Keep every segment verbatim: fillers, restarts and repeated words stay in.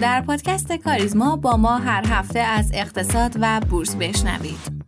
در پادکست کاریزما با ما هر هفته از اقتصاد و بورس بشنوید.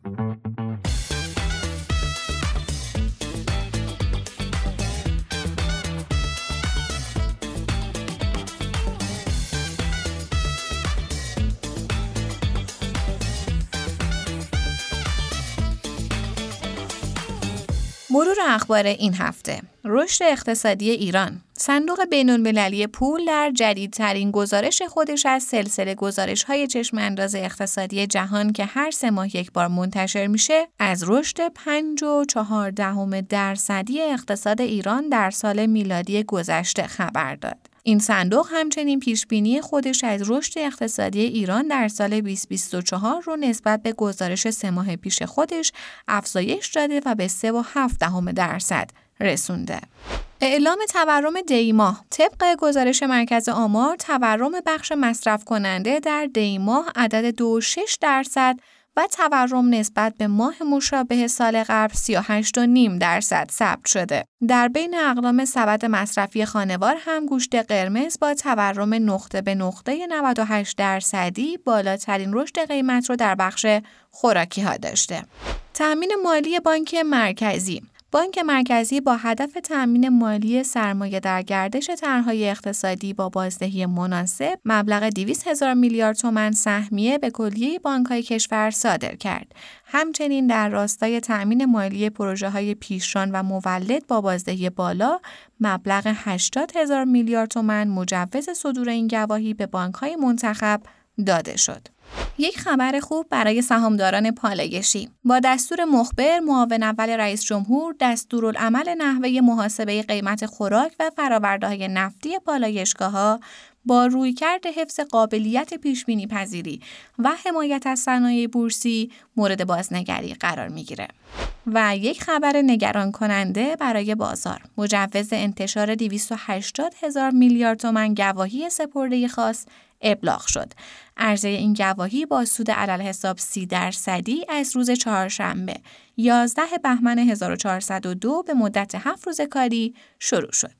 مرور اخبار این هفته. رشد اقتصادی ایران. صندوق بین‌المللی پول در جدیدترین گزارش خودش از سلسله گزارش‌های چشم‌انداز اقتصادی جهان که هر سه ماه یک بار منتشر میشه، از رشد پنج و چهار دهم درصدی اقتصاد ایران در سال میلادی گذشته خبر داد. این صندوق همچنین پیشبینی خودش از رشد اقتصادی ایران در سال بیست بیست و چهار رو نسبت به گزارش سه ماه پیش خودش افزایش داده و به سه و هفت دهم درصد رسونده. اعلام تورم دی ماه. طبق گزارش مرکز آمار، تورم بخش مصرف کننده در دی ماه عدد دو و شش درصد و تورم نسبت به ماه مشابه سال قبل سی و هشت و نیم درصد ثبت شده. در بین اقلام سبد مصرفی خانوار هم گوشت قرمز با تورم نقطه به نقطه نود و هشت درصدی بالاترین رشد قیمت رو در بخش خوراکی ها داشته. تأمین مالی بانک مرکزی. بانک مرکزی با هدف تأمین مالی سرمایه در گردش طرح‌های اقتصادی با بازدهی مناسب مبلغ دویست هزار میلیارد تومان سهمیه به کلیه بانک‌های کشور صادر کرد. همچنین در راستای تأمین مالی پروژه‌های پیشران و مولد با بازدهی بالا مبلغ هشتاد هزار میلیارد تومان مجوز صدور این گواهی به بانک‌های منتخب داده شد. یک خبر خوب برای سهامداران پالایشی. با دستور مخبر معاون اول رئیس جمهور دستورالعمل نحوه محاسبه قیمت خوراک و فرآورده‌های نفتی پالایشگاه‌ها با رویکرد حفظ قابلیت پیش‌بینی پذیری و حمایت از صنایع بورسی مورد بازنگری قرار می‌گیره. و یک خبر نگران کننده برای بازار. مجوز انتشار دویست و هشتاد هزار میلیارد تومان گواهی سپرده خاص ابلاغ شد. عرضه این گواهی با سود علالحساب سی درصدی از روز چهارشنبه یازده بهمن هزار و چهارصد و دو به مدت هفت روز کاری شروع شد.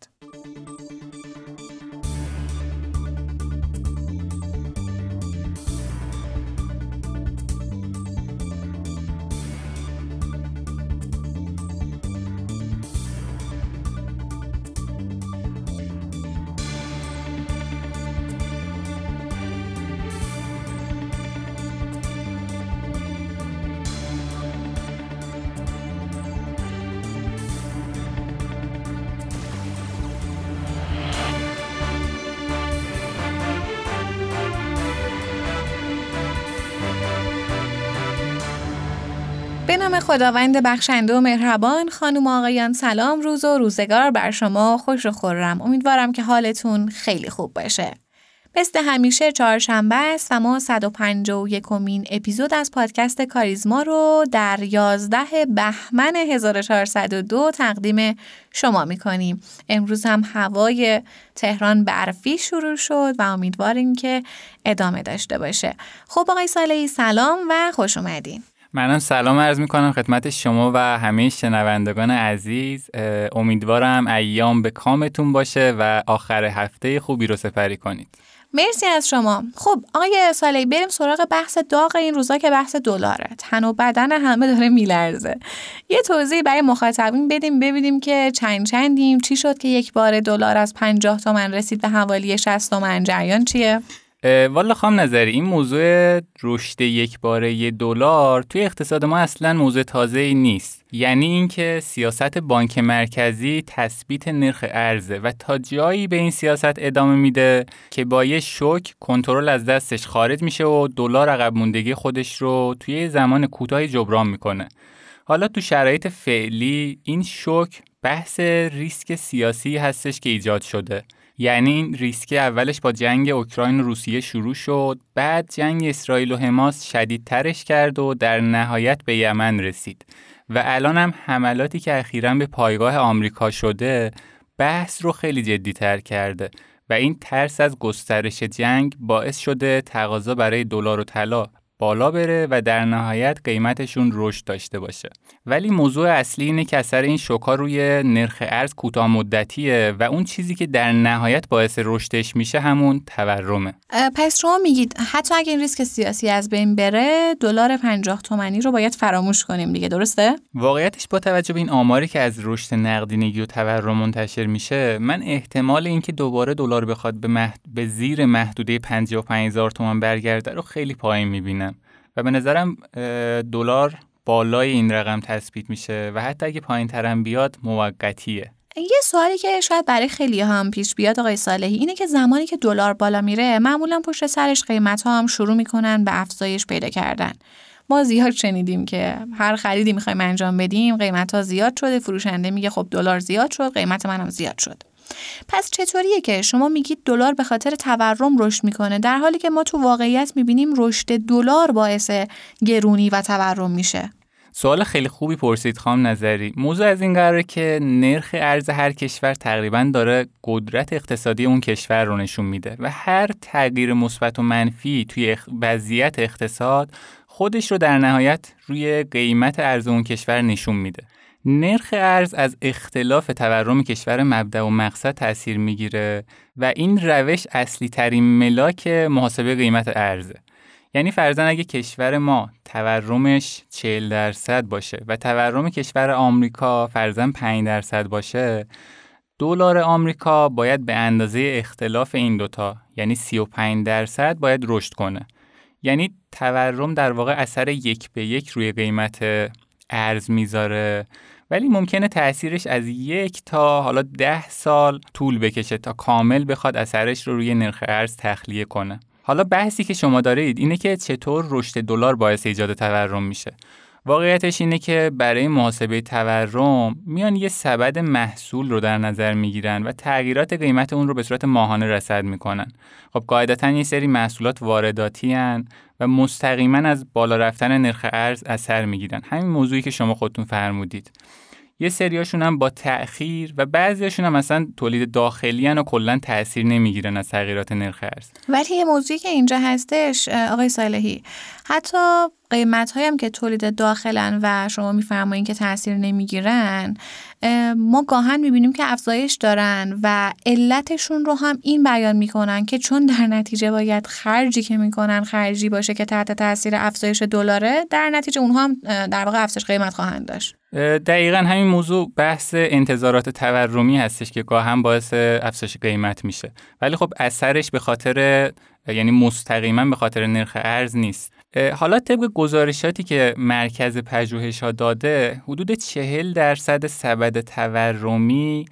به نام خداوند بخشنده و مهربان. خانم و آقایان سلام، روز و روزگار بر شما خوش و خرم. امیدوارم که حالتون خیلی خوب باشه. مثل همیشه چهارشنبه است و ما صد و پنجاه و یکمین اپیزود از پادکست کاریزما رو در یازده بهمن هزار و چهارصد و دو تقدیم شما می‌کنیم. امروز هم هوای تهران برفی شروع شد و امیدواریم که ادامه داشته باشه. خب آقای صالحی سلام و خوش اومدین. منم سلام عرض میکنم خدمت شما و همه شنوندگان عزیز. امیدوارم ایام به کامتون باشه و آخر هفته خوبی رو سپری کنید. مرسی از شما. خب آقای صالحی بریم سراغ بحث داغ این روزا که بحث دلاره. تن و بدن همه داره میلرزه. یه توضیح برای مخاطبین بدیم ببینیم که چند چندیم، چی شد که یک بار دلار از پنجاه تومن رسید به حوالی شصت تومن، جریان چیه؟ والا خانم نظری، این موضوع رشد یک باره دلار توی اقتصاد ما اصلا موضوع تازه‌ای نیست. یعنی اینکه سیاست بانک مرکزی تثبیت نرخ ارزه و تا جایی به این سیاست ادامه میده که با یه شوک کنترل از دستش خارج میشه و دلار عقب موندگی خودش رو توی زمان کوتاهی جبران میکنه. حالا تو شرایط فعلی این شوک بحث ریسک سیاسی هستش که ایجاد شده. یعنی این ریسک اولش با جنگ اوکراین و روسیه شروع شد، بعد جنگ اسرائیل و حماس شدیدترش کرد و در نهایت به یمن رسید و الان هم حملاتی که اخیراً به پایگاه آمریکا شده بحث رو خیلی جدی‌تر کرده و این ترس از گسترش جنگ باعث شده تقاضا برای دلار و طلا بالا بره و در نهایت قیمتشون رشد داشته باشه. ولی موضوع اصلی اینه که اثر این شوک‌ها روی نرخ ارز کوتاه مدتیه و اون چیزی که در نهایت باعث رشدش میشه همون تورمه. پس شما میگید حتی اگه این ریسک سیاسی از بین بره، دلار پنجاه تومانی رو باید فراموش کنیم دیگه، درسته؟ واقعیتش با توجه به این آماری که از رشد نقدینگی و تورم منتشر میشه، من احتمال اینکه دوباره دلار بخواد به محد... به زیر محدوده پنجاه و پنج هزار تومان برگرده رو خیلی پایین میبینم و به نظرم دلار بالای این رقم تثبیت میشه و حتی اگه پایین‌تر هم بیاد موقتیه. یه سوالی که شاید برای خیلی هم پیش بیاد آقای صالحی اینه که زمانی که دلار بالا میره معمولا پشت سرش قیمت‌ها هم شروع میکنن به افزایش پیدا کردن. ما زیاد شنیدیم که هر خریدی میخوایم انجام بدیم قیمت‌ها زیاد شده، فروشنده میگه خب دلار زیاد شد، قیمت منم زیاد شد. پس چطوریه که شما میگید دلار به خاطر تورم رشد میکنه در حالی که ما تو واقعیت میبینیم رشد دلار باعث گرونی و تورم میشه؟ سوال خیلی خوبی پرسید خانم نظری. موضوع از این قراره که نرخ ارز هر کشور تقریباً داره قدرت اقتصادی اون کشور رو نشون میده و هر تغییر مثبت و منفی توی وضعیت اقتصاد خودش رو در نهایت روی قیمت ارز اون کشور نشون میده. نرخ ارز از اختلاف تورم کشور مبدأ و مقصد تأثیر میگیره و این روش اصلی ترین ملاک محاسبه قیمت ارزه. یعنی فرضاً اگه کشور ما تورمش چهل درصد باشه و تورم کشور آمریکا فرضاً پنج درصد باشه، دلار آمریکا باید به اندازه اختلاف این دوتا یعنی سی و پنج درصد باید رشد کنه. یعنی تورم در واقع اثر یک به یک روی قیمت ارز میذاره، ولی ممکنه تأثیرش از یک تا حالا ده سال طول بکشه تا کامل بخواد اثرش رو روی نرخ ارز تخلیه کنه. حالا بحثی که شما دارید اینه که چطور رشد دلار باعث ایجاد تورم میشه. واقعیتش اینه که برای محاسبه تورم میان یه سبد محصول رو در نظر میگیرن و تغییرات قیمت اون رو به صورت ماهانه رصد میکنن. خب قاعدتاً یه سری محصولات وارداتی هن و مستقیما از بالا رفتن نرخ ارز اثر میگیرن. همین موضوعی که شما خودتون فرمودید. یه سریاشون هم با تأخیر و بعضیاشون هم مثلا تولید داخلی هن و کلاً تأثیر نمیگیرن از تغییرات نرخ ارز. ولی یه موضوعی که اینجا هستش آقای صالحی، حتی قیمت‌هایی هم که تولید داخلن و شما می‌فرمایید که تأثیر نمیگیرن، ما گاهن می‌بینیم که افزایش دارن و علتشون رو هم این بیان می‌کنن که چون در نتیجه باید خرجی که می‌کنن خرجی باشه که تحت تأثیر افزایش دلاره، در نتیجه اونها هم در واقع افزایش قیمت خواهند داشت. دقیقاً همین موضوع بحث انتظارات تورمی هستش که گاهن باعث افزایش قیمت میشه، ولی خب اثرش به خاطر یعنی مستقیما به خاطر نرخ ارز نیست. حالا طبق گزارشاتی که مرکز پژوهش‌ها داده، حدود چهل درصد سبد تورمی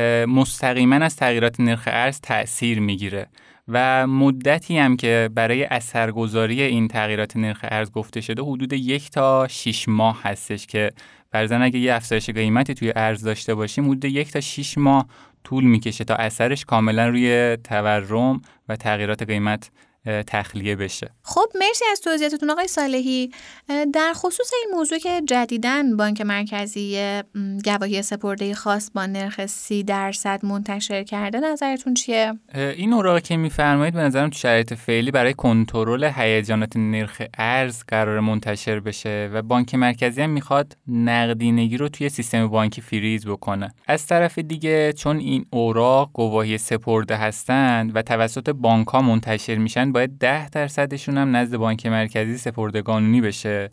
مستقیما از تغییرات نرخ ارز تأثیر میگیره و مدتی هم که برای اثرگذاری این تغییرات نرخ ارز گفته شده حدود یک تا شش ماه هستش که فرضاً اگه یه افزایش قیمتی توی ارز داشته باشیم حدود یک تا شش ماه طول میکشه تا اثرش کاملا روی تورم و تغییرات قیمت تخلیه بشه. خب مرسی از توضیحاتتون آقای صالحی. در خصوص این موضوع که جدیداً بانک مرکزی گواهی سپرده خاص با نرخ سی درصد منتشر کرده، نظرتون چیه؟ این اوراقی که میفرمایید به نظرم تو شرایط فعلی برای کنترل هیجانات نرخ ارز قرار منتشر بشه و بانک مرکزی هم میخواد نقدینگی رو توی سیستم بانکی فریز بکنه. از طرف دیگه چون این اوراق گواهی سپرده هستند و توسط بانک‌ها منتشر میشن، باید ده درصدشون هم نزد بانک مرکزی سپرده قانونی بشه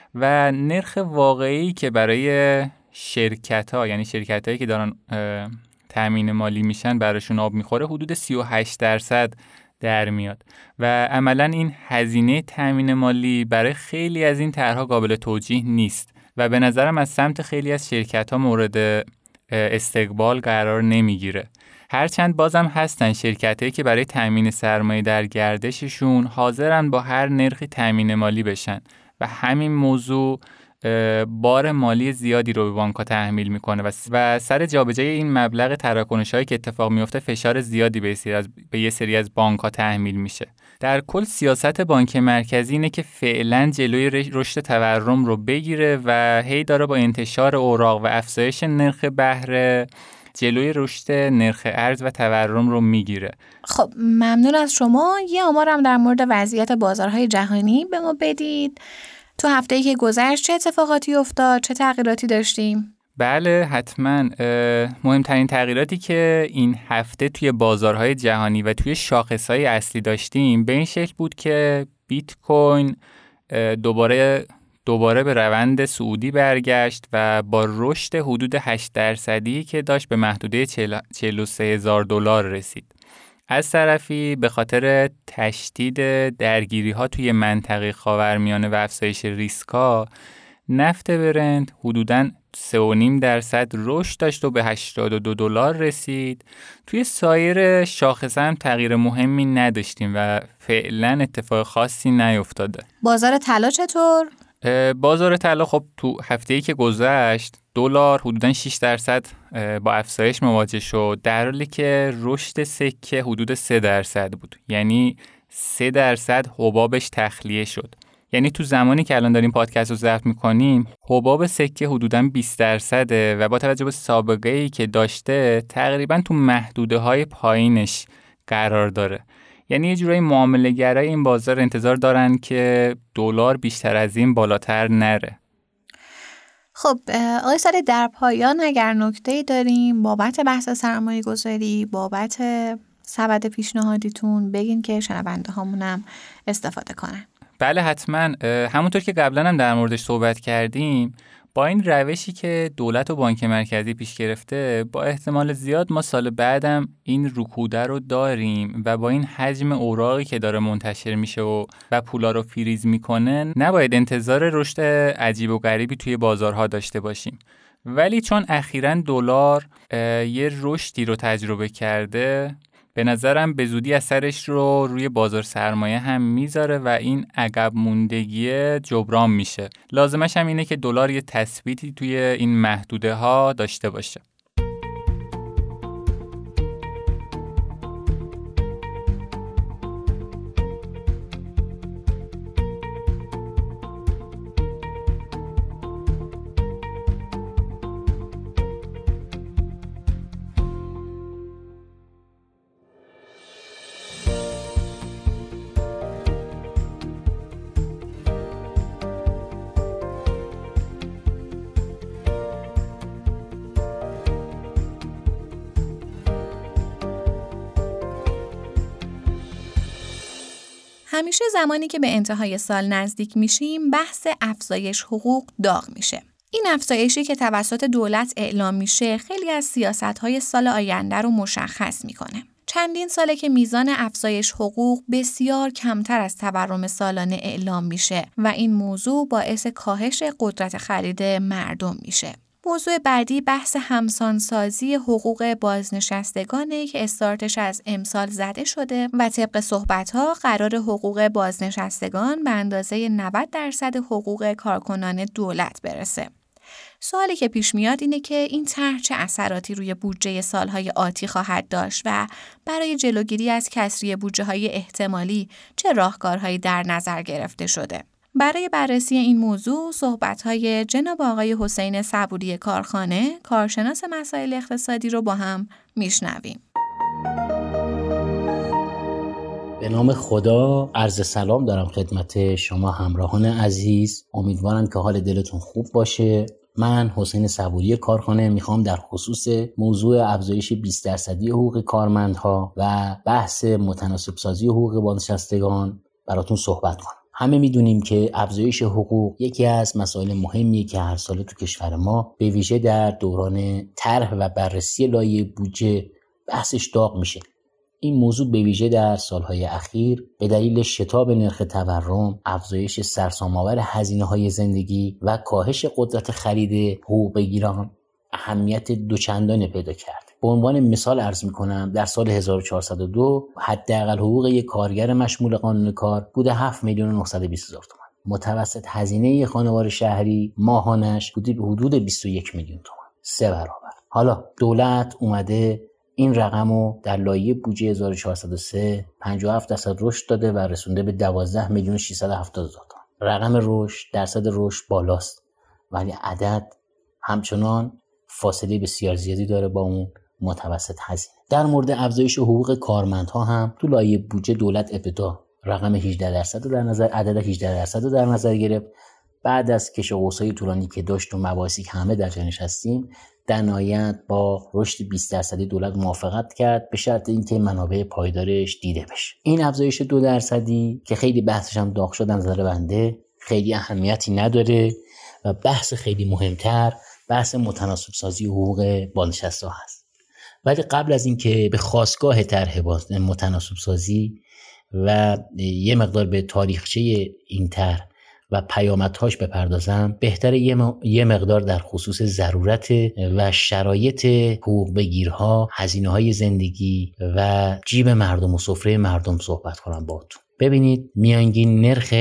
و نرخ واقعی که برای شرکت‌ها یعنی شرکت‌هایی که دارن تامین مالی میشن براشون آب میخوره حدود سی و هشت درصد در میاد و عملاً این هزینه تامین مالی برای خیلی از این طرح‌ها قابل توجیه نیست و به نظرم از سمت خیلی از شرکت‌ها مورد استقبال قرار نمیگیره. هرچند بازم هستن شرکتایی که برای تامین سرمایه در گردششون حاضرن با هر نرخی تامین مالی بشن و همین موضوع بار مالی زیادی رو به بانک‌ها تحمیل میکنه و سر جابجایی این مبلغ تراکنش‌هایی که اتفاق میفته فشار زیادی به سری از به یه سری از بانک‌ها تحمیل میشه. در کل سیاست بانک مرکزی اینه که فعلا جلوی رشد تورم رو بگیره و هی داره با انتشار اوراق و افزایش نرخ بهره جلوی رشد نرخ ارز و تورم رو میگیره. خب ممنون از شما. یه آمارم در مورد وضعیت بازارهای جهانی به ما بدید. تو هفته‌ای که گذشت چه اتفاقاتی افتاد؟ چه تغییراتی داشتیم؟ بله حتما. مهمترین تغییراتی که این هفته توی بازارهای جهانی و توی شاخصهای اصلی داشتیم به این شکل بود که بیت کوین دوباره دوباره به روند صعودی برگشت و با رشد حدود هشت درصدی که داشت به محدوده چهل و سه هزار دلار رسید. از طرفی به خاطر تشدید درگیری ها توی منطقه خاورمیانه و افزایش ریسک ها، نفت برنت حدوداً سه و نیم درصد رشد داشت و به هشتاد و دو دلار رسید. توی سایر شاخص هم تغییر مهمی نداشتیم و فعلا اتفاق خاصی نیفتاده. بازار طلا چطور؟ بازار طلا خب تو هفته‌ای که گذشت دلار حدوداً شش درصد با افزایش مواجه شد، در حالی که رشد سکه حدود سه درصد بود. یعنی سه درصد حبابش تخلیه شد. یعنی تو زمانی که الان داریم پادکست رو ضبط می‌کنیم حباب سکه حدوداً بیست درصده و با توجه به سابقه‌ای که داشته تقریباً تو محدوده‌های پایینش قرار داره. یعنی یه جورایی معامله‌گرای این بازار انتظار دارن که دلار بیشتر از این بالاتر نره. خب آقای سالی، در پایان اگر نکته‌ای داریم بابت بحث سرمایه‌گذاری، بابت سبد پیشنهادیتون بگین که شنونده هامونم استفاده کنن. بله حتما. همونطور که قبلا هم در موردش صحبت کردیم، با این روشی که دولت و بانک مرکزی پیش گرفته با احتمال زیاد ما سال بعدم این رکوده رو داریم و با این حجم اوراقی که داره منتشر میشه و و پولا رو فریز میکنه نباید انتظار رشد عجیب و غریبی توی بازارها داشته باشیم. ولی چون اخیراً دلار یه رشدی رو تجربه کرده، به نظرم به زودی اثرش رو روی بازار سرمایه هم میذاره و این عقب موندگی جبران میشه. لازمش هم اینه که دلار یه تثبیتی توی این محدوده ها داشته باشه. همیشه زمانی که به انتهای سال نزدیک میشیم بحث افزایش حقوق داغ میشه. این افزایشی که توسط دولت اعلام میشه خیلی از سیاست‌های سال آینده رو مشخص میکنه. چندین ساله که میزان افزایش حقوق بسیار کمتر از تورم سالانه اعلام میشه و این موضوع باعث کاهش قدرت خرید مردم میشه. موضوع بعدی بحث همسانسازی حقوق بازنشستگانه که استارتش از امسال زده شده و طبق صحبت‌ها قرار حقوق بازنشستگان به اندازه نود درصد حقوق کارکنان دولت برسه. سوالی که پیش میاد اینه که این طرح چه اثراتی روی بودجه سالهای آتی خواهد داشت و برای جلوگیری از کسری بودجه‌های احتمالی چه راهکارهایی در نظر گرفته شده. برای بررسی این موضوع صحبت‌های جناب آقای حسین صبوری کارخانه، کارشناس مسائل اقتصادی رو با هم میشنویم. به نام خدا عرض سلام دارم خدمت شما همراهان عزیز. امیدوارم که حال دلتون خوب باشه. من حسین صبوری کارخانه میخوام در خصوص موضوع افزایش بیست درصدی حقوق کارمندها و بحث متناسب سازی حقوق بازنشستگان براتون صحبت کنم. همه میدونیم که افزایش حقوق یکی از مسائل مهمیه که هر ساله تو کشور ما به ویژه در دوران طرح و بررسی لایحه بودجه بحثش داغ میشه. این موضوع به ویژه در سالهای اخیر به دلیل شتاب نرخ تورم، افزایش سرسام‌آور هزینه‌های زندگی و کاهش قدرت خرید حقوق بگیران اهمیت دوچندانه پیدا کرد. به عنوان مثال عرض می‌کنم در سال هزار و چهارصد و دو حداقل حقوق یک کارگر مشمول قانون کار بوده هفت میلیون و نهصد و بیست هزار تومان. متوسط هزینه خانوار شهری ماهانش بوده به حدود بیست و یک میلیون تومان. سه برابر. حالا دولت اومده این رقمو در لایحه بودجه هزار و چهارصد و سه پنجاه و هفت درصد رشد داده و رسونده به دوازده میلیون و ششصد و هفتاد هزار تومان. رقم رشد، درصد رشد بالاست، ولی عدد همچنان فاصله بسیار زیادی داره با اون متوسط هزینه. در مورد افزایش حقوق کارمندها هم تو لایحه بودجه دولت ابتدا رقم هجده درصد رو در نظر عدد هجده درصد رو در نظر گرفت. بعد از کش و قوس‌های طولانی که داشت و مباحثی که همه در جریانش هستیم، در نهایت با رشد بیست درصدی دولت موافقت کرد به شرط اینکه منابع پایدارش دیده بشه. این افزایش دو درصدی که خیلی بحثش هم داغ شد، نظر بنده خیلی اهمیتی نداره و بحث خیلی مهمتر بحث متناسب سازی حقوق بازنشسته‌ها هست. ولی قبل از اینکه به خاستگاه طرح متناسب سازی و یه مقدار به تاریخچه این طرح و پیامدهاش بپردازم، بهتره یه, م... یه مقدار در خصوص ضرورت و شرایط حقوق بگیرها، هزینه‌های زندگی و جیب مردم و سفره مردم صحبت کنم باهاتون. ببینید میانگین نرخ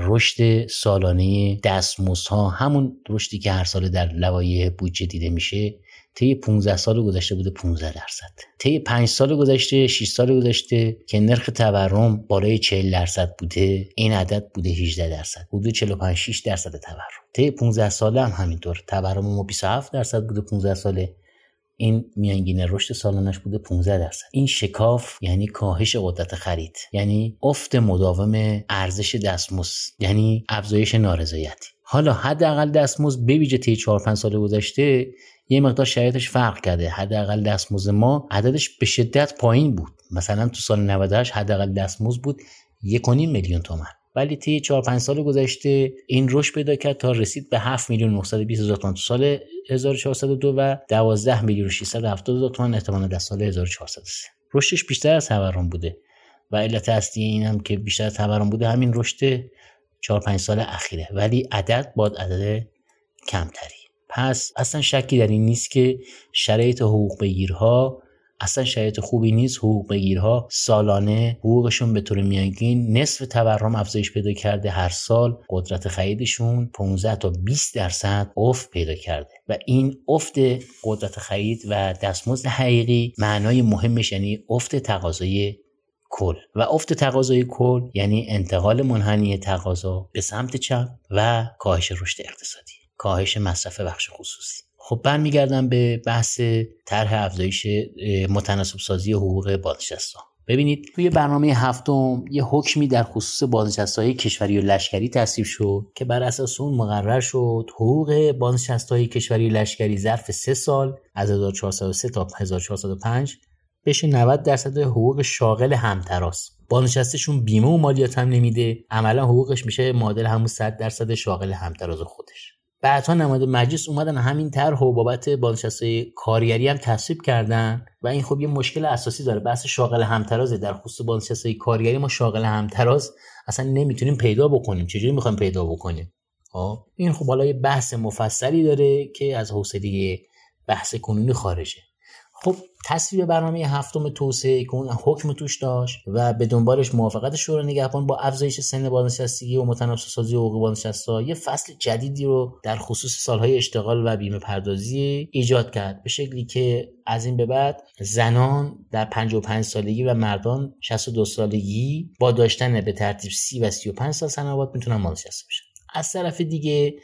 رشد سالانه دستمزدها، همون رشدی که هر سال در لوایح بودجه دیده میشه، طی پانزده سال گذشته بوده پانزده درصد. طی پنج سال گذشته، شش سال گذشته که نرخ تورم بالای چهل درصد بوده، این عدد بوده هجده درصد. حدود چهل و پنج شش درصد تورم. طی پانزده ساله هم همینطور. تورم ما بیست و هفت درصد بوده پانزده ساله. این میانگین رشد سالانش بوده پانزده درصد. این شکاف یعنی کاهش قدرت خرید، یعنی افت مداوم ارزش دستمزد، یعنی افزایش نارضایتی. حالا حداقل دستمزد به ویژه طی چهار پنج سال گذشته یه مقدار شرایطش فرق کرده. حداقل دستمزد ما عددش به شدت پایین بود. مثلا تو سال نود و هشت حداقل دستمزد بود یک و نیم میلیون تومان، ولی طی چهار پنج سال گذشته این رشد پیدا کرد تا رسید به هفت میلیون و نهصد و بیست هزار تومان تو سال هزار و چهارصد و دو و دوازده میلیون و ششصد و هفتاد هزار تومان احتمالاً در سال هزار و چهارصد و سه. رشدش بیشتر از تورم بوده و علت اصلی این هم که بیشتر از تورم بوده همین رشد چهار پنج سال اخیره، ولی عدد باد عدد کمتری. پس اصلا شکی در این نیست که شرایط حقوق بگیرها اصلا شرایط خوبی نیست. حقوق بگیرها سالانه حقوقشون به طور میانگین نصف تورم افزایش پیدا کرده. هر سال قدرت خریدشون پانزده تا بیست درصد افت پیدا کرده و این افت قدرت خرید و دستمزد حقیقی معنای مهمش یعنی افت تقاضای کل و افت تقاضای کل یعنی انتقال منحنی تقاضا به سمت چپ و کاهش رشد اقتصادی، کاهش مصرف بخش خصوصی. خب برمیگردم به بحث طرح افزایش متناسب سازی حقوق بازنشسته‌ها. ببینید توی برنامه هفتم یه حکمی در خصوص بازنشسته‌های کشوری و لشکری تصویب شد که بر اساس اون مقرر شد حقوق بازنشسته‌های کشوری و لشکری ظرف سه سال از هزار و چهارصد و سه تا هزار و چهارصد و پنج بشه نود درصد حقوق شاغل همتراز. بازنشسته‌شون بیمه و مالیات هم نمیده، عملا حقوقش میشه معادل همون صد درصد شاغل همتراز خودش. بعدها نماینده مجلس اومدن همین طرح و بابت بازنشسته‌های کارگری هم تصویب کردن و این خب یه مشکل اساسی داره. بحث شاغل همتراز در خصوص بازنشسته‌های کارگری ما شاغل همتراز اصلا نمیتونیم پیدا بکنیم. چجوری میخوایم پیدا بکنیم؟ ها این خب حالا یه بحث مفصلی داره که از حوصله بحث کنونی خارجه. خب تصویب برنامه هفتم توسعه که اون حکم توش داشت و به دنبالش موافقت شورای نگهبان با افزایش سن بازنشستگی و متناسب سازی حقوق بازنشسته‌ها یه فصل جدیدی رو در خصوص سالهای اشتغال و بیمه پردازی ایجاد کرد، به شکلی که از این به بعد زنان در پنجاه و پنج سالگی و مردان شصت و دو سالگی با داشتن به ترتیب سی و سی و پنج سال سنوات میتونن بازنشسته بشن. از طرف دیگه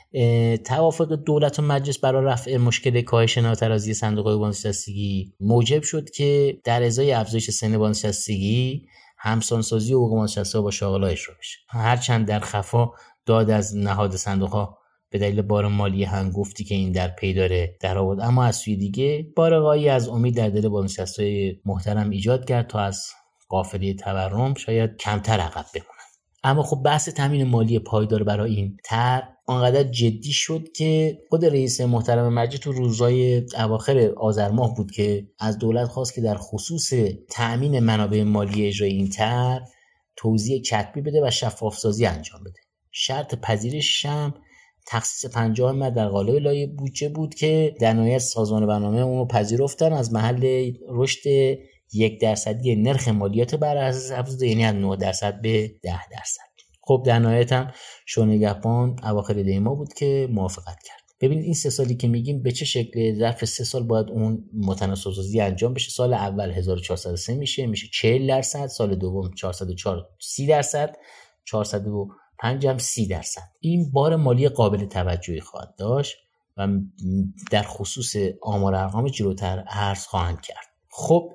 توافق دولت و مجلس برای رفع مشکل کاهش ناترازی صندوق‌های بازنشستگی موجب شد که در ازای افزایش سن بازنشستگی همسانسازی حقوق بازنشسته‌ها با شاغل‌ها اجرا بشه. هرچند در خفا داد از نهاد صندوق‌ها به دلیل بار مالی هنگفتی که این در پی داره در آورد، اما از سوی دیگه بارقایی از امید در دل بازنشسته‌های محترم ایجاد کرد تا از قافله تورم شاید کمتر عقب بمونن. اما خب بحث تامین مالی پایدار برای این طرح آنقدر جدی شد که خود رئیس محترم مجلس تو روزهای اواخر آذر ماه بود که از دولت خواست که در خصوص تامین منابع مالی اجرای این طرح توضیح کتبی بده و شفاف سازی انجام بده. شرط پذیرش هم تخصیص پنجاه میلیون در قالب لایحه بودجه بود که در نهایت سازمان برنامه اون رو پذیرفتن از محل رشد یک درصدی نرخ مالیات بر اساس افزوده، یعنی از نه درصد به ده درصد. خب در نهایت هم شورای نگهبان اواخر دی ماه بود که موافقت کرد. ببینید این سه سالی که میگیم به چه شکل ظرف سه سال باید اون متناسب سازی انجام بشه. سال اول هزار و چهارصد و سه میشه میشه چهل درصد، سال دوم چهارصد و چهار سی درصد، چهارصد و پنج هم سی درصد. این بار مالی قابل توجهی خواهد داشت و در خصوص آمار ارقام جلوتر عرض خواهند کرد. خب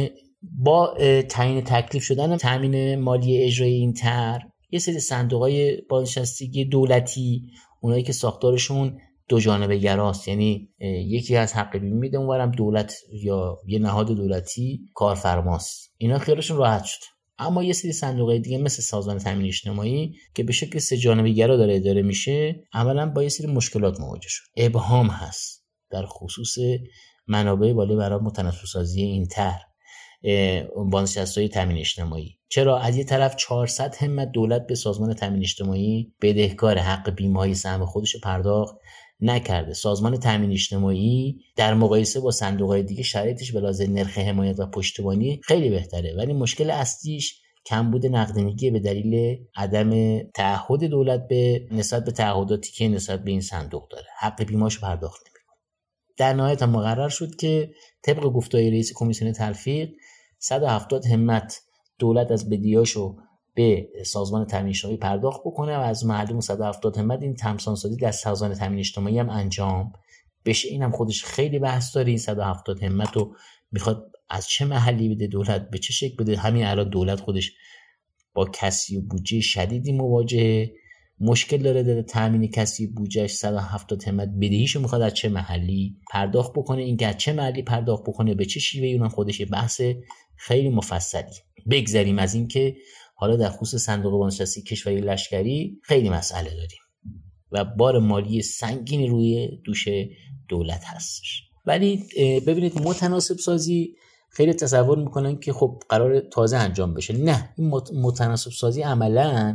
با تعیین تکلیف شدن تامین مالی اجرای این طرح، یه سری صندوق‌های بازنشستگی دولتی، اونایی که ساختارشون دو جانبه گراست، یعنی یکی از حق بیمه میده اونورم دولت یا یه نهاد دولتی کارفرماست، اینا خیالشون راحت شد. اما یه سری صندوق‌های دیگه مثل سازمان تامین اجتماعی که به شکل سه جانبه گرا داره اداره میشه، عملاً با یه سری مشکلات مواجه شد. ابهام هست در خصوص منابع بالا برای متناسب‌سازی این طرح بازنشسته‌های تامین اجتماعی. چرا؟ از یه طرف چهارصد همت دولت به سازمان تامین اجتماعی بدهکار، حق بیمه‌های سهم خودش رو پرداخت نکرده. سازمان تامین اجتماعی در مقایسه با صندوق‌های دیگه شرایطش به لحاظ نرخ حمایت و پشتیبانی خیلی بهتره، ولی مشکل اصلیش کمبود نقدینگی به دلیل عدم تعهد دولت به نسبت به تعهداتی که نسبت به این صندوق داره. حق بیمه‌اشو پرداخت نمی‌کنه. در نهایت هم مقرر شد که طبق گفته‌های رئیس کمیسیون تلفیق صد و هفتاد همت دولت از بدیهاشو به سازمان تامین اجتماعی پرداخت بکنه و از مردم صد و هفتاد همت این تمسانسازی در سازمان تامین اجتماعی هم انجام بشه. این هم خودش خیلی بحث داره. این صد و هفتاد همت رو میخواد از چه محلی بده دولت، به چه شکل بده. همین الان دولت خودش با کسری بودجه شدیدی مواجهه، مشکل داره در تامین کسری بودجهش. صد و هفتاد همت بدهیشو میخواد از چه محلی پرداخت بکنه، این که از چه محلی پرداخت بکنه، به چه شیوهی، اونم خودش یه بحث خیلی مفصلی. بگذریم از این که حالا در خصوص صندوق بازنشستگی کشوری لشکری خیلی مسئله داریم و بار مالی سنگینی روی دوش دولت هستش. ولی ببینید متناسب سازی خیلی تصور میکنن که خب قرار تازه انجام بشه. نه، این متناسب سازی عملاً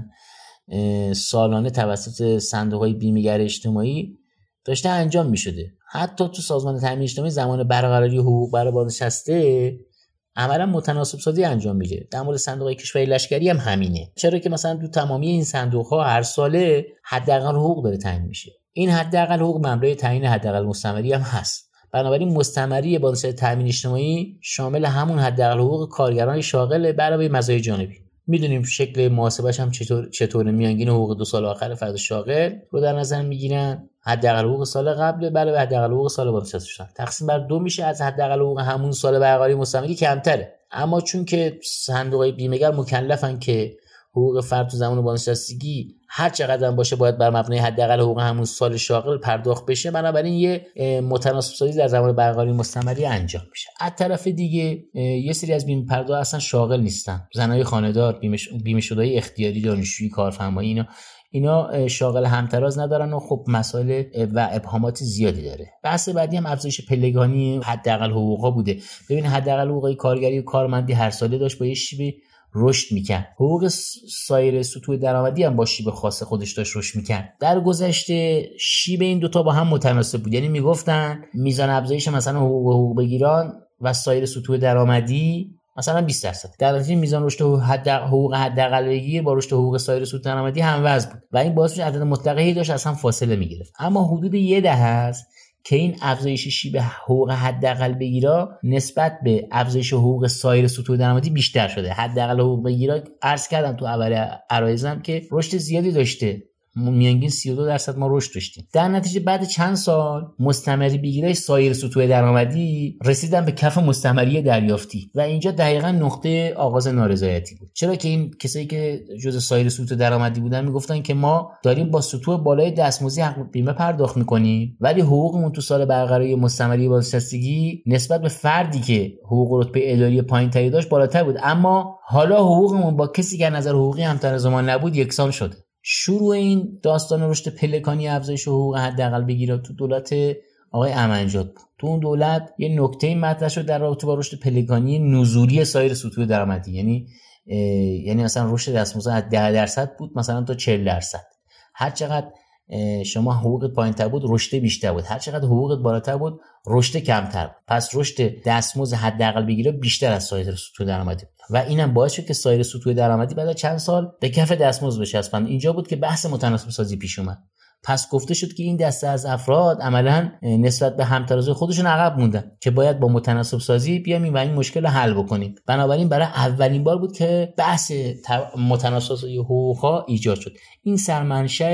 سالانه توسط صندوق‌های بیمه‌گر اجتماعی داشته انجام میشده. حتی تو سازمان تامین اجتماعی زمان برقراری حقوق برای بازنشسته عملا متناسب سازی انجام میشه. در مورد صندوق کشوری لشکری هم همینه. چرا که مثلا تو تمامی این صندوق ها هر ساله حداقل حقوق داره تعیین میشه. این حداقل حقوق مبلغ تعیین حداقل مستمری هم هست. بنابراین مستمری بازنشسته تامین اجتماعی شامل همون حداقل حقوق کارگران شاغل علاوه مزایای جانبی. میدونیم شکل محاسبهش هم چطور چطور میانگین حقوق دو سال آخر فرد شاغل رو در نظر میگیرن. حداقل حقوق سال قبل علاوه حداقل حقوق سال بازنشسته شدن تقسیم بر دو میشه. از حداقل حقوق همون سال برقراری مستمری کمتره. اما چون که صندوق‌های بیمه‌گر مکلفن که حقوق فرد تو زمان بازنشستگی هر چقدر باشه باید بر مبنای حداقل حقوق همون سال شاغل پرداخت بشه، بنابراین یه متناسب سازی در زمان برقراری مستمری انجام میشه. از طرف دیگه یه سری از بیمه پرداخت اصلا شاغل نیستن. زنای خانه‌دار، بیمه شده‌های اختیاری، دانشجویی، کارفرمایی، اینا اینا شاغل همتراز ندارن و خب مسائل و ابهامات زیادی داره. بحث بعدی هم افزایش پلگانی حداقل حقوقا بوده. ببین حداقل حقوق کارگری و کارمندی هر ساله داشت با یه شیوه رشد میکرد. حقوق سایر سطوح درآمدی هم با شیب خاص خودش داشت رشد میکرد. در گذشته شیب این دوتا با هم متناسب بود، یعنی میگفتن میزان افزایش مثلا حقوق حقوق بگیران و سایر سطوح درآمدی مثلا بیست درصد، در نتیجه میزان رشد حقوق حداقل بگیر با رشد حقوق سایر سطوح درآمدی هم وزن بود و این باعث شد عدد مطلقی داشت از هم فاصله میگرفت. اما حدود یه دهه است که این افزایش شیب حقوق حداقل بگیرا نسبت به افزایش حقوق سایر سطوح درآمدی بیشتر شده. حداقل حقوق بگیرا عرض کردم تو اول عرایزم که رشد زیادی داشته، میانگین سی و دو درصد ما رشد داشتیم. در نتیجه بعد چند سال مستمری بگیرای سایر سطوح درآمدی رسیدن به کف مستمری دریافتی و اینجا دقیقاً نقطه آغاز نارضایتی بود. چرا که این کسایی که جزء سایر سطوح درآمدی بودن میگفتن که ما داریم با سطوح بالای دستمزدی حق بیمه پرداخت میکنیم ولی حقوقمون تو سال برقراری مستمری بازنشستگی نسبت به فردی که حقوق رتبه اداری پایین‌تری داشت بالاتر بود، اما حالا حقوقمون با کسی که نظر حقوقی همتراز ما نبود یکسان شده. شروع این داستان رشد پلکانی افزایش حقوق حداقل بگیره تو دولت آقای امنجاد بود. تو اون دولت یه نکته مطرح شد در رابطه با رشد پلکانی نزولی سایر سطوح درآمدی، یعنی یعنی مثلا رشد دستمزد از ده درصد بود مثلا تا چهل درصد. هر چقدر شما حقوقت پایین‌تر بود رشد بیشتر بود، هر چقدر حقوقت بالاتر بود رشد کمتر بود. پس رشد دستمزد حداقل بگیره بیشتر از سایر سطوح درآمدی بود و اینم باعث شد که سایر سطوح درآمدی بعد از چند سال به کف دستمزد بچسبن. اینجا بود که بحث متناسب سازی پیش اومد. پس گفته شد که این دسته از افراد عملاً نسبت به همترازی خودشون عقب موندن که باید با متناسب سازی بیایم و این مشکل رو حل بکنیم. بنابراین برای اولین بار بود که بحث متناسب سازی حقوق‌ها ایجاد شد. این سرمنشأ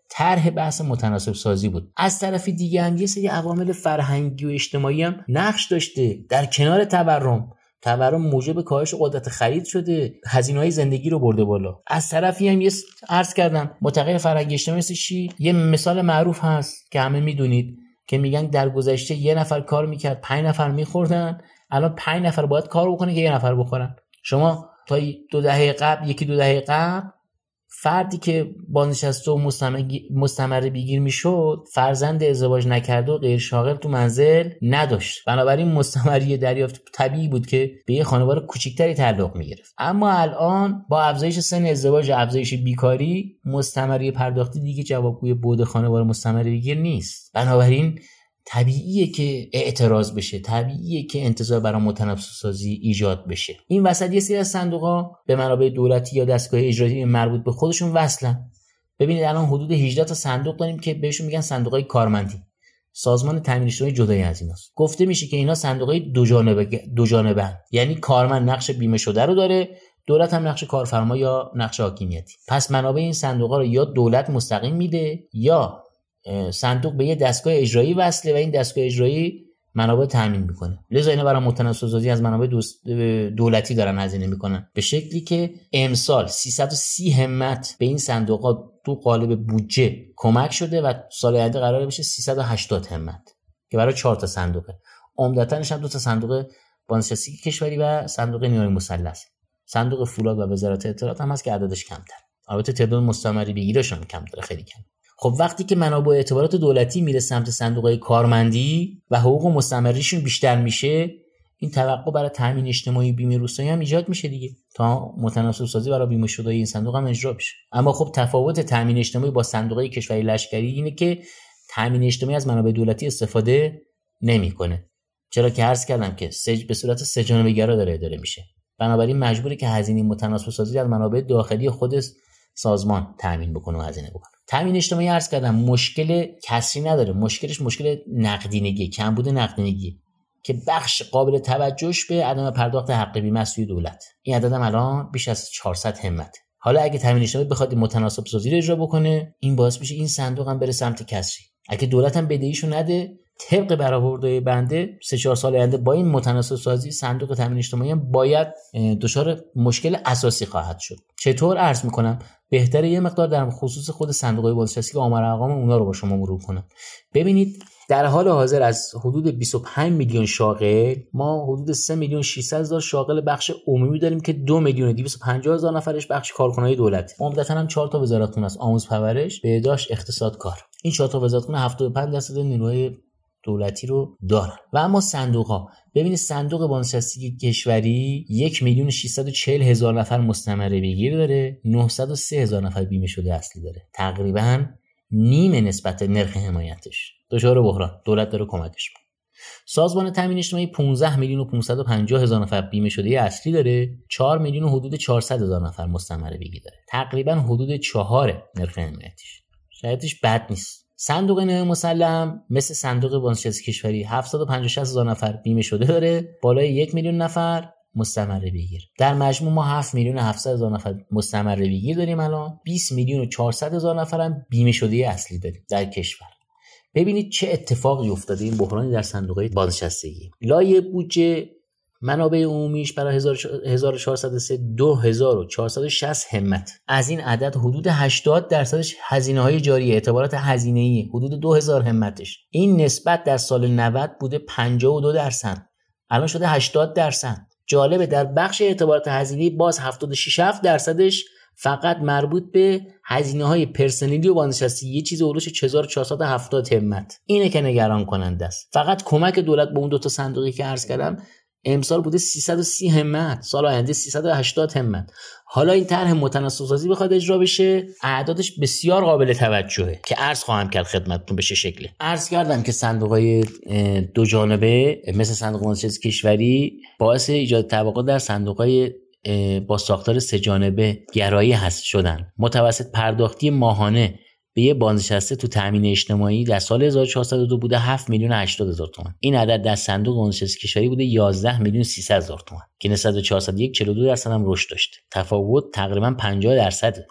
طرح بحث متناسب سازی بود. از طرف دیگه هم یه سری عوامل فرهنگی و اجتماعی هم نقش داشته. در کنار تورم تورم موجب کاهش قدرت خرید شده، هزینه‌های زندگی رو برده بالا. از طرفی هم یه عرض کردم متغیر فرهنگی اجتماعی مثل چی؟ یه مثال معروف هست که همه میدونید که میگن در گذشته یه نفر کار میکرد پنج نفر میخوردن، الان پنج نفر باید کار بکنه که یه نفر بخورن. شما تا دو دهه قبل یکی دو دهه قبل فردی که بازنشسته و مستمر بیگیر میشد فرزند ازدواج نکرده و غیر شاغل تو منزل نداشت، بنابراین مستمری دریافت طبیعی بود که به یه خانواده کوچیکتری تعلق میگرفت. اما الان با افزایش سن ازدواج، افزایش بیکاری، مستمری پرداختی دیگه جوابگوی بعد خانواده مستمر بیگیر نیست. بنابراین طبیعیه که اعتراض بشه، طبیعیه که انتظار برای متناسب سازی ایجاد بشه. این وسط یه سری از صندوق‌ها به منابع دولتی یا دستگاه اجرایی مربوط به خودشون وصلن. ببینید الان حدود هجده تا صندوق داریم که بهشون میگن صندوق‌های کارمندی. سازمان تامین اجتماعی جدای از ایناست. گفته میشه که اینا صندوق‌های دو جانبه دو جانبه، یعنی کارمند نقش بیمه شده رو داره، دولت هم نقش کارفرما یا نقش حاکمیتی. پس منابع این صندوق‌ها رو یا دولت مستقیم میده یا صندوق به یه دستگاه اجرایی وصله و این دستگاه اجرایی منابع تامین میکنه. لذا اینا برای متناسب سازی از منابع دولتی دارن هزینه میکنن، به شکلی که امسال سیصد و سی همت به این صندوقات تو قالب بودجه کمک شده و سال آینده قراره بشه سیصد و هشتاد همت که برای چهار تا صندوقه. عمدتاش هم دو تا صندوق بازنشستگی کشوری و صندوق نیروی مسلح. صندوق فولاد و وزارت اطلاعات هم هست که عددش کمتر. البته تعداد مستمری بگیرشون کمتره، خیلی کم. خب وقتی که منابع اعتبارات دولتی میره سمت صندوق‌های کارمندی و حقوق مستمریشون بیشتر میشه، این توقع برای تامین اجتماعی بیمه روستایی هم ایجاد میشه دیگه، تا متناسب سازی برای بیمه شده این صندوق هم اجرا بشه. اما خب تفاوت تامین اجتماعی با صندوق‌های کشوری لشکری اینه که تامین اجتماعی از منابع دولتی استفاده نمیکنه، چرا که عرض کردم که سج به صورت سه‌جانبه گرا داره اداره میشه. بنابراین مجبوره که هزینه متناسب سازی از منابع داخلی خود سازمان تامین بکنه و هزینه بکنه. تامین اجتماعی عرض کردم مشکل کسری نداره، مشکلش مشکل نقدینگی، کمبود نقدینگی که بخش قابل توجهش به عدم پرداخت حق بیمه از سوی دولت. این عدد هم الان بیش از چهارصد همت. حالا اگه تامین اجتماعی بخواد متناسب سازی رو اجرا بکنه، این باعث میشه این صندوق هم بره سمت کسری. اگه دولت هم بدهیشو نده، طبق برآورده بنده سه چهار سال آینده با این متناسب سازی صندوق تامین اجتماعی هم باید دچار مشکل اساسی خواهد شد. چطور عرض میکنم؟ بهتره یه مقدار در خصوص خود صندوق‌های بازنشستگی آمار ارقام اونا رو با شما مرور کنم. ببینید در حال حاضر از حدود بیست و پنج میلیون شاغل ما حدود سه میلیون و ششصد هزار شاغل بخش عمومی داریم که دو میلیون و دویست و پنجاه هزار نفرش بخش کارکنای دولت. عمدتاً هم چهار تا وزارتخونه است: آموزش پرورش، بهداشت، اقتصاد، کار. این چهار تا وزارتخونه هفتاد و پنج درصد نیروهای دولتی رو دارن. و اما صندوق ها، ببینید صندوق بازنشستگی کشوری یک میلیون و ششصد و چهل هزار نفر مستمره بگیر داره، نهصد و سه هزار نفر بیمه شده اصلی داره، تقریبا نیمه نسبت نرخ حمایتش. دچار بحران، دولت داره کمکش میکنه. سازمان تامین اجتماعی پانزده میلیون و پانصد و پنجاه هزار نفر بیمه شده اصلی داره، چهار میلیون و حدود چهارصد هزار نفر مستمره بگیر داره، تقریبا حدود چهار نرخ حمایتش. شرایطش بد نیست. صندوق نیروی مسلح مثل صندوق بازنشستگی کشوری هفتصد و پنجاه و شش هزار نفر بیمه شده داره، بالای یک میلیون نفر مستمره بگیر. در مجموع ما هفت میلیون و هفتصد هزار نفر مستمره بگیر داریم، الان بیست میلیون و چهارصد هزار نفر هم بیمه شده اصلی داریم در کشور. ببینید چه اتفاقی افتاده، این بحرانی در صندوق‌های بازنشستگی. لایه بودجه منابع عمومیش برای هزار و چهارصد و سه دو هزار و چهارصد و شصت همت. از این عدد حدود هشتاد درصدش هزینه‌های جاری، اعتبارات هزینه‌ای، حدود دو هزار همتش. این نسبت در سال نود بوده پنجاه و دو درصد، الان شده هشتاد درصد. جالبه در بخش اعتبارات هزینه‌ای باز هفتاد و شش درصدش فقط مربوط به هزینه‌های پرسنلی و بازنشستگی، یه چیز اولش هزار و چهارصد و هفتاد همت. اینه که نگران کننده است. فقط کمک دولت به اون دو تا صندوقی که عرض کردم امسال بوده سیصد و سی همت، سال آینده سیصد و هشتاد همت. حالا این طرح متناسب سازی بخواد اجرا بشه، اعدادش بسیار قابل توجهه که عرض خواهم کرد خدمتتون به چه شکلی. عرض کردم که صندوق‌های دو جانبه مثل صندوق بازنشستگی کشوری باعث ایجاد توقع در صندوق‌های با ساختار سه جانبه گرایی هست شدن. متوسط پرداختی ماهانه به یه بازنشسته تو تامین اجتماعی در سال هزار و چهارصد و دو بوده هفت میلیون و هشتاد هزار تومان. این عدد در صندوق بازنشستگی کشوری بوده یازده میلیون و سیصد هزار تومان که نسبت به چهارصد و یک چهل و دو درصد هم رشد داشته. تفاوت تقریبا پنجاه درصده.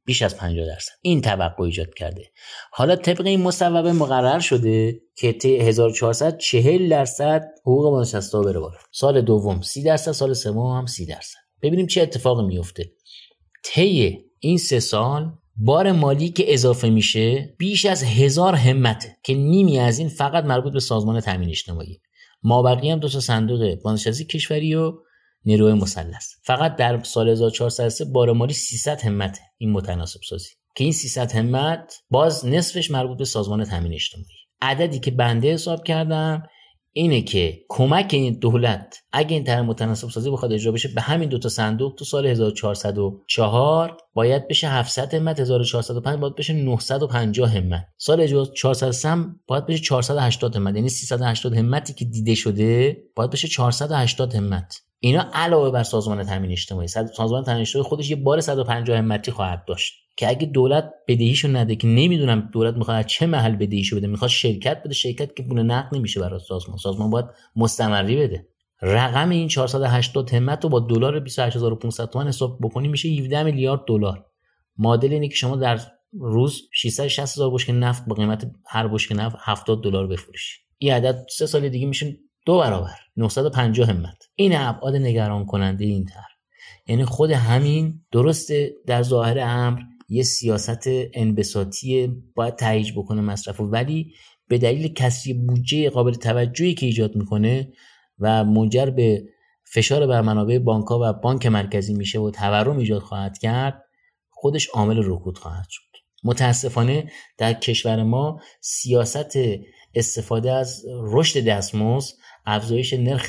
بیش از پنجاه درصد این توقع ایجاد کرده. حالا طبق این مصوبه مقرر شده که تا هزار و چهارصد چهل درصد حقوق بازنشسته بره بالا، سال دوم سی درصد، سال سوم هم سی درصد. ببینیم چه اتفاقی میفته. طی این سه سال بار مالی که اضافه میشه بیش از هزار همته که نیمی از این فقط مربوط به سازمان تامین اجتماعی، مابقی هم دو تا صندوق بازنشسته کشوری و نیروی مثلث. فقط در سال هزار و چهارصد و سه بار مالی سیصد همته این متناسب سازی که این سیصد همت باز نصفش مربوط به سازمان تامین اجتماعی. عددی که بنده حساب کردم اینه که کمک این دولت اگه این طرح متناسب سازی بخواد اجرا بشه به همین دو تا صندوق تو سال هزار و چهارصد و چهار باید بشه هفتصد همت، هزار و چهارصد و پنج باید بشه نهصد و پنجاه همت، سال هزار و چهارصد و سه باید بشه چهارصد و هشتاد همت. یعنی سیصد و هشتاد همتی که دیده شده باید بشه چهارصد و هشتاد همت. اینا علاوه بر سازمان تامین اجتماعی. سازمان تامین اجتماعی خودش یه بار صد و پنجاه همتی خواهد داشت که اگه دولت بدهیشو نده، که نمیدونم دولت میخواد چه محل بدهیشو بده، میخواد شرکت بده، شرکت که پول نقد نمیشه برای سازمان، سازمان باید مستمری بده. رقم این چهارصد و هشتاد همت رو با دلار بیست و هشت هزار و پانصد تومان حساب بکنی میشه هفده میلیارد دلار. معادل اینه که شما در روز ششصد و شصت هزار بشکه نفت با قیمت هر بشکه نفت هفتاد دلار بفروشی. این عدد سه سال دیگه میشه دو برابر، نهصد و پنجاه همت. این ابعاد نگران کننده این طرح. یعنی خود همین درسته در ظاهر امر یه سیاست انبساطی باید تهییج بکنه مصرف، ولی به دلیل کسری بودجه قابل توجهی که ایجاد میکنه و منجر به فشار بر منابع بانک‌ها و بانک مرکزی میشه و تورم ایجاد خواهد کرد، خودش عامل رکود خواهد شد. متاسفانه در کشور ما سیاست استفاده از رشد دستمزد، افزایش نرخ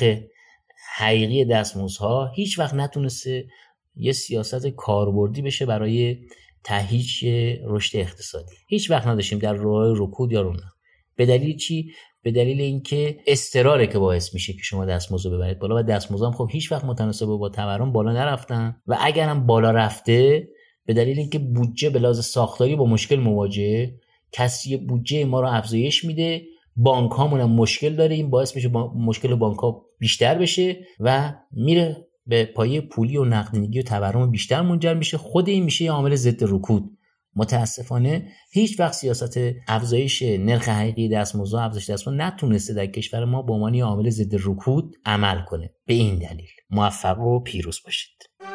حقیقی دستمزدها هیچ وقت نتونسته یه سیاست کاربردی بشه برای تهییج رشد اقتصادی. هیچ وقت نداشتیم در راه رکود یا رونق. به دلیل چی؟ به دلیل اینکه استقراره که باعث میشه که شما دستمزد رو ببرید بالا و دستمزد هم خب هیچ وقت متناسب با تورم بالا نرفتن و اگر هم بالا رفته به دلیل اینکه بودجه به لحاظ ساختاری با مشکل مواجهه، کسری بودجه ما رو افزایش میده، بانک هامون هم مشکل داره، این باعث میشه با مشکل بانک ها بیشتر بشه و میره به پایه پولی و نقدینگی و تورم بیشتر منجر میشه. خود این میشه یه عامل ضد رکود. متاسفانه هیچ وقت سیاست افزایش نرخ حقیقی دستمزد و افزایش دستمزد نتونسته در کشور ما به عنوان یه عامل ضد رکود عمل کنه. به این دلیل موفق و پیروز باشید.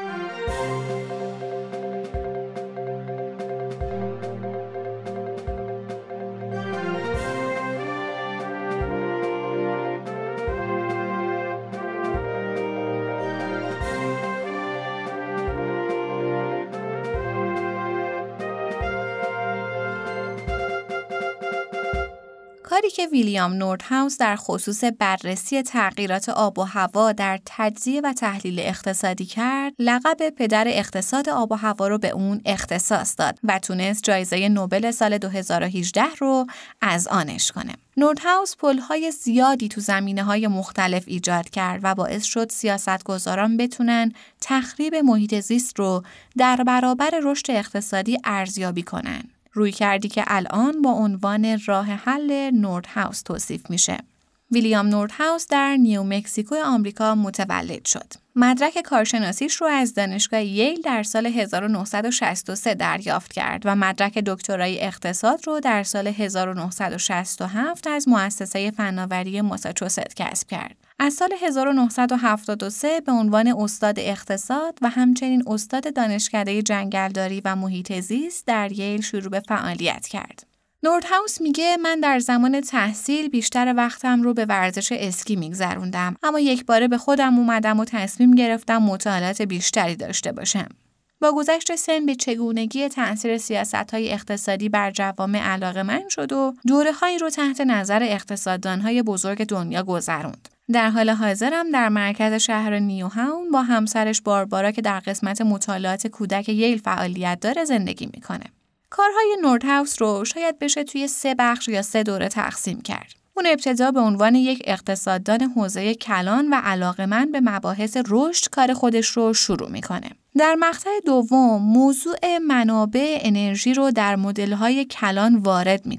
کاری که ویلیام نوردهاوس در خصوص بررسی تغییرات آب و هوا در تجزیه و تحلیل اقتصادی کرد، لقب پدر اقتصاد آب و هوا رو به اون اختصاص داد و تونست جایزه نوبل سال دو هزار و هجده رو از آنش کنه. نوردهاوس پل‌های زیادی تو زمینه‌های مختلف ایجاد کرد و باعث شد سیاستگزاران بتونن تخریب محیط زیست رو در برابر رشد اقتصادی ارزیابی کنن. روی کردی که الان با عنوان راه حل نوردهاوس توصیف میشه. ویلیام نوردهاوس در نیو مکزیکو آمریکا متولد شد. مدرک کارشناسیش رو از دانشگاه ییل در سال هزار و نهصد و شصت و سه دریافت کرد و مدرک دکترای اقتصاد رو در سال هزار و نهصد و شصت و هفت از مؤسسه فناوری ماساچوست کسب کرد. از سال هزار و نهصد و هفتاد و سه به عنوان استاد اقتصاد و همچنین استاد دانشکده جنگلداری و محیط زیست در ییل شروع به فعالیت کرد. نوردهاوس میگه من در زمان تحصیل بیشتر وقتم رو به ورزش اسکی میگذروندم، اما یک باره به خودم اومدم و تصمیم گرفتم مطالعات بیشتری داشته باشم. با گذشت سن به چگونگی تأثیر سیاست‌های اقتصادی بر جوامع علاقه‌مند شد و دوره‌هایی رو تحت نظر اقتصاددان‌های بزرگ دنیا گذروند. در حال حاضرم در مرکز شهر نیوهاون با همسرش باربارا که در قسمت مطالعات کودک ییل فعالیت داره زندگی میکنه. کارهای نوردهاوس رو شاید بشه توی سه بخش یا سه دوره تقسیم کرد. اون ابتدا به عنوان یک اقتصاددان حوزه کلان و علاقه‌مند به مباحث رشد کار خودش رو شروع میکنه. در مقطع دوم موضوع منابع انرژی رو در مدل‌های کلان وارد میکنه.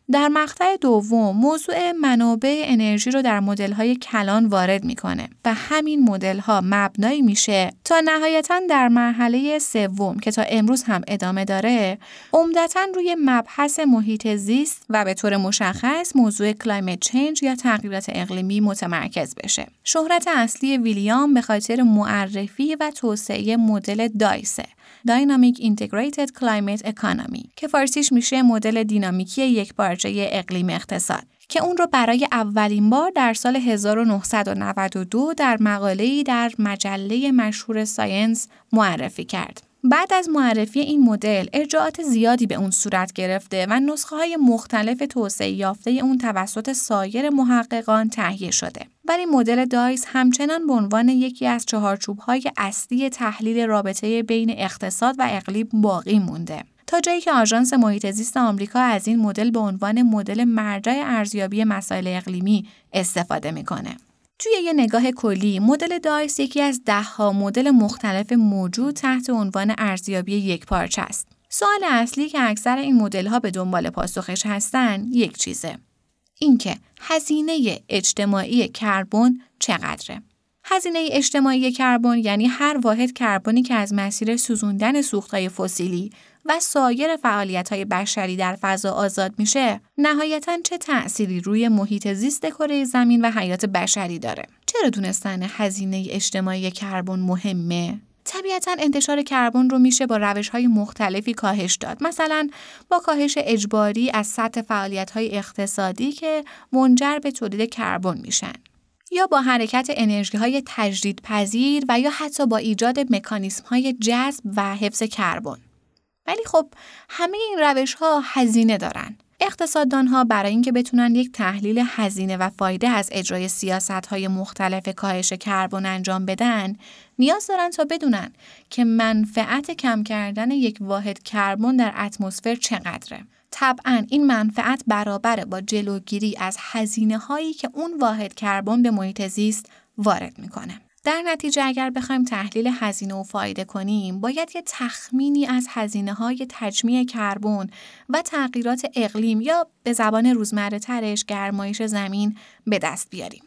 در مقطع دوم موضوع منابع انرژی رو در مدل‌های کلان وارد میکنه و همین مدل‌ها مبنایی میشه تا نهایتاً در مرحله سوم که تا امروز هم ادامه داره عمدتاً روی مبحث محیط زیست و به طور مشخص موضوع کلایمت چنج یا تغییرات اقلیمی متمرکز بشه. شهرت اصلی ویلیام به خاطر معرفی و توسعه مدل دایسه Dynamic Integrated Climate Economy که فارسیش میشه مدل دینامیکی یکپارچه اقلیم اقتصاد که اون رو برای اولین بار در سال هزار و نهصد و نود و دو در مقاله‌ای در مجله مشهور ساینس معرفی کرد. بعد از معرفی این مدل ارجاعات زیادی به اون صورت گرفته و نسخه‌های مختلف توسعه یافته اون توسط سایر محققان تهیه شده. ولی مدل دایس همچنان به عنوان یکی از چهارچوب‌های اصلی تحلیل رابطه بین اقتصاد و اقلیم باقی مونده. تا جایی که آژانس محیط زیست آمریکا از این مدل به عنوان مدل مرجع ارزیابی مسائل اقلیمی استفاده میکنه. توی یه نگاه کلی، مدل دایس یکی از ده‌ها مدل مختلف موجود تحت عنوان ارزیابی یکپارچه است. سوال اصلی که اکثر این مدل‌ها به دنبال پاسخش هستن یک چیزه. اینکه هزینه اجتماعی کربن چقدره؟ هزینه اجتماعی کربن یعنی هر واحد کربنی که از مسیر سوزوندن سوخت‌های فسیلی و سایر فعالیت‌های بشری در فضا آزاد میشه، نهایتاً چه تأثیری روی محیط زیست کره زمین و حیات بشری داره؟ چرا دونستن هزینه اجتماعی کربن مهمه؟ طبیعتاً انتشار کربن رو میشه با روش‌های مختلفی کاهش داد. مثلا با کاهش اجباری از سطح فعالیت‌های اقتصادی که منجر به تولید کربن میشن. یا با حرکت انرژی‌های تجدیدپذیر و یا حتی با ایجاد مکانیزم‌های جذب و حفظ کربن. ولی خب همه این روش‌ها هزینه دارن. اقتصاددان‌ها برای اینکه بتونن یک تحلیل هزینه و فایده از اجرای سیاست‌های مختلف کاهش کربن انجام بدن، نیاز دارن تا بدونن که منفعت کم کردن یک واحد کربن در اتمسفر چقدره. طبعاً این منفعت برابره با جلوگیری از هزینه‌هایی که اون واحد کربن به محیط زیست وارد میکنه. در نتیجه اگر بخوایم تحلیل هزینه و فایده کنیم، باید یه تخمینی از هزینه‌های تجمیع کربن و تغییرات اقلیم یا به زبان روزمره ترش گرمایش زمین به دست بیاریم.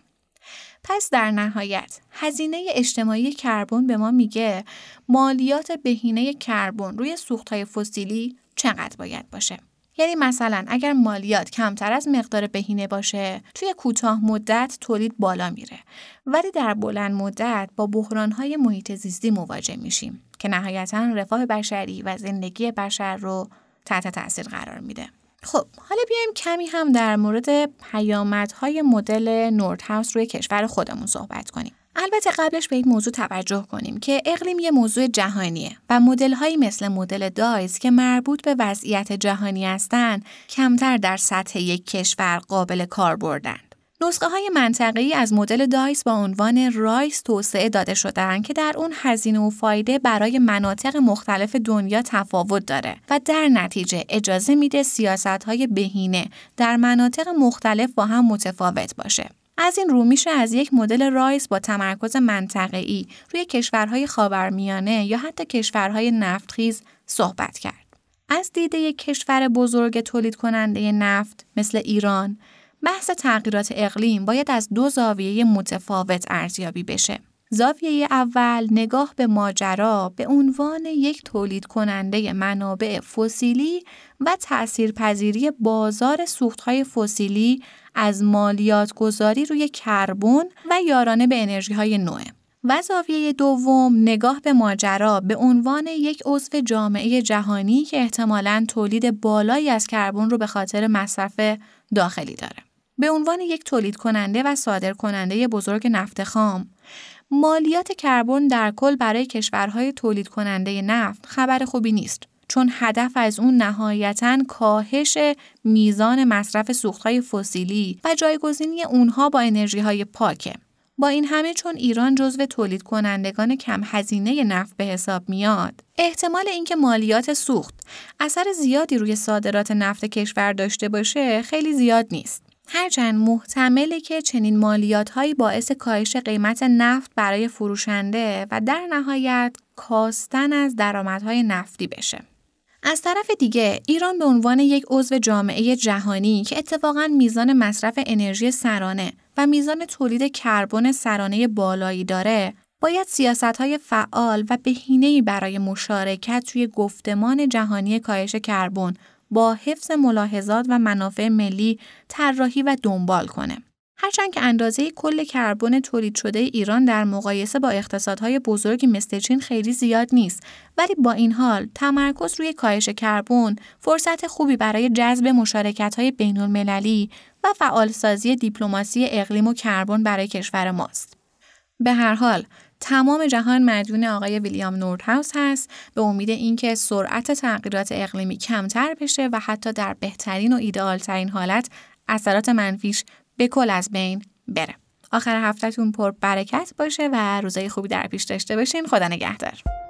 پس در نهایت هزینه اجتماعی کربن به ما میگه مالیات بهینه کربن روی سوخت‌های فسیلی چقدر باید باشه. یعنی مثلا اگر مالیات کمتر از مقدار بهینه باشه، توی کوتاه مدت تولید بالا میره، ولی در بلند مدت با بحران‌های محیط زیستی مواجه میشیم که نهایتاً رفاه بشری و زندگی بشر رو تحت تاثیر قرار میده. خب حالا بیایم کمی هم در مورد پیامدهای مدل نوردهاوس روی کشور خودمون صحبت کنیم. البته قبلش به این موضوع توجه کنیم که اقلیم یه موضوع جهانیه و مدل‌هایی مثل مدل دایس که مربوط به وضعیت جهانی هستند کمتر در سطح یک کشور قابل کاربردند. نسخه‌های منطقه‌ای از مدل دایس با عنوان رایس توسعه داده شده‌اند که در اون هزینه و فایده برای مناطق مختلف دنیا تفاوت داره و در نتیجه اجازه میده سیاست‌های بهینه در مناطق مختلف با هم متفاوت باشه. از این رو میشه از یک مدل رایس با تمرکز منطقه‌ای روی کشورهای خاورمیانه یا حتی کشورهای نفتخیز صحبت کرد. از دید یک کشور بزرگ تولید کننده نفت مثل ایران، بحث تغییرات اقلیم باید از دو زاویه متفاوت ارزیابی بشه. زاویه اول نگاه به ماجرا به عنوان یک تولید کننده منابع فسیلی و تأثیرپذیری بازار سوخت‌های فسیلی از مالیات گذاری روی کربن و یارانه به انرژی‌های نوئه. و زاویه دوم نگاه به ماجرا به عنوان یک عضو جامعه جهانی که احتمالاً تولید بالایی از کربن رو به خاطر مصرف داخلی داره. به عنوان یک تولید کننده و صادر کننده بزرگ نفت خام، مالیات کربن در کل برای کشورهای تولید کننده نفت خبر خوبی نیست، چون هدف از اون نهایتاً کاهش میزان مصرف سوخت‌های فسیلی و جایگزینی اونها با انرژی‌های پاکه. با این همه چون ایران جزو تولید کنندگان کم هزینه نفت به حساب میاد، احتمال اینکه مالیات سوخت اثر زیادی روی صادرات نفت کشور داشته باشه خیلی زیاد نیست. هرچند محتمله که چنین مالیات‌هایی باعث کاهش قیمت نفت برای فروشنده و در نهایت کاستن از درآمدهای نفتی بشه. از طرف دیگه ایران به عنوان یک عضو جامعه جهانی که اتفاقاً میزان مصرف انرژی سرانه و میزان تولید کربن سرانه بالایی داره، باید سیاست‌های فعال و بهینه‌ای برای مشارکت توی گفتمان جهانی کاهش کربن با حفظ ملاحظات و منافع ملی طراحی و دنبال کنه. هرچند که اندازه کل کربن تولید شده ایران در مقایسه با اقتصادهای بزرگی مثل چین خیلی زیاد نیست، ولی با این حال تمرکز روی کاهش کربن فرصت خوبی برای جذب مشارکت‌های بین‌المللی و فعالسازی دیپلماسی اقلیم و کربن برای کشور ماست. به هر حال تمام جهان مدیون آقای ویلیام نوردهاوس هست به امید اینکه سرعت تغییرات اقلیمی کمتر بشه و حتی در بهترین و ایدئال‌ترین حالت اثرات منفیش به کل از بین بره. آخر هفته‌تون پر برکت باشه و روزای خوبی در پیش داشته باشین. خدا نگهدار.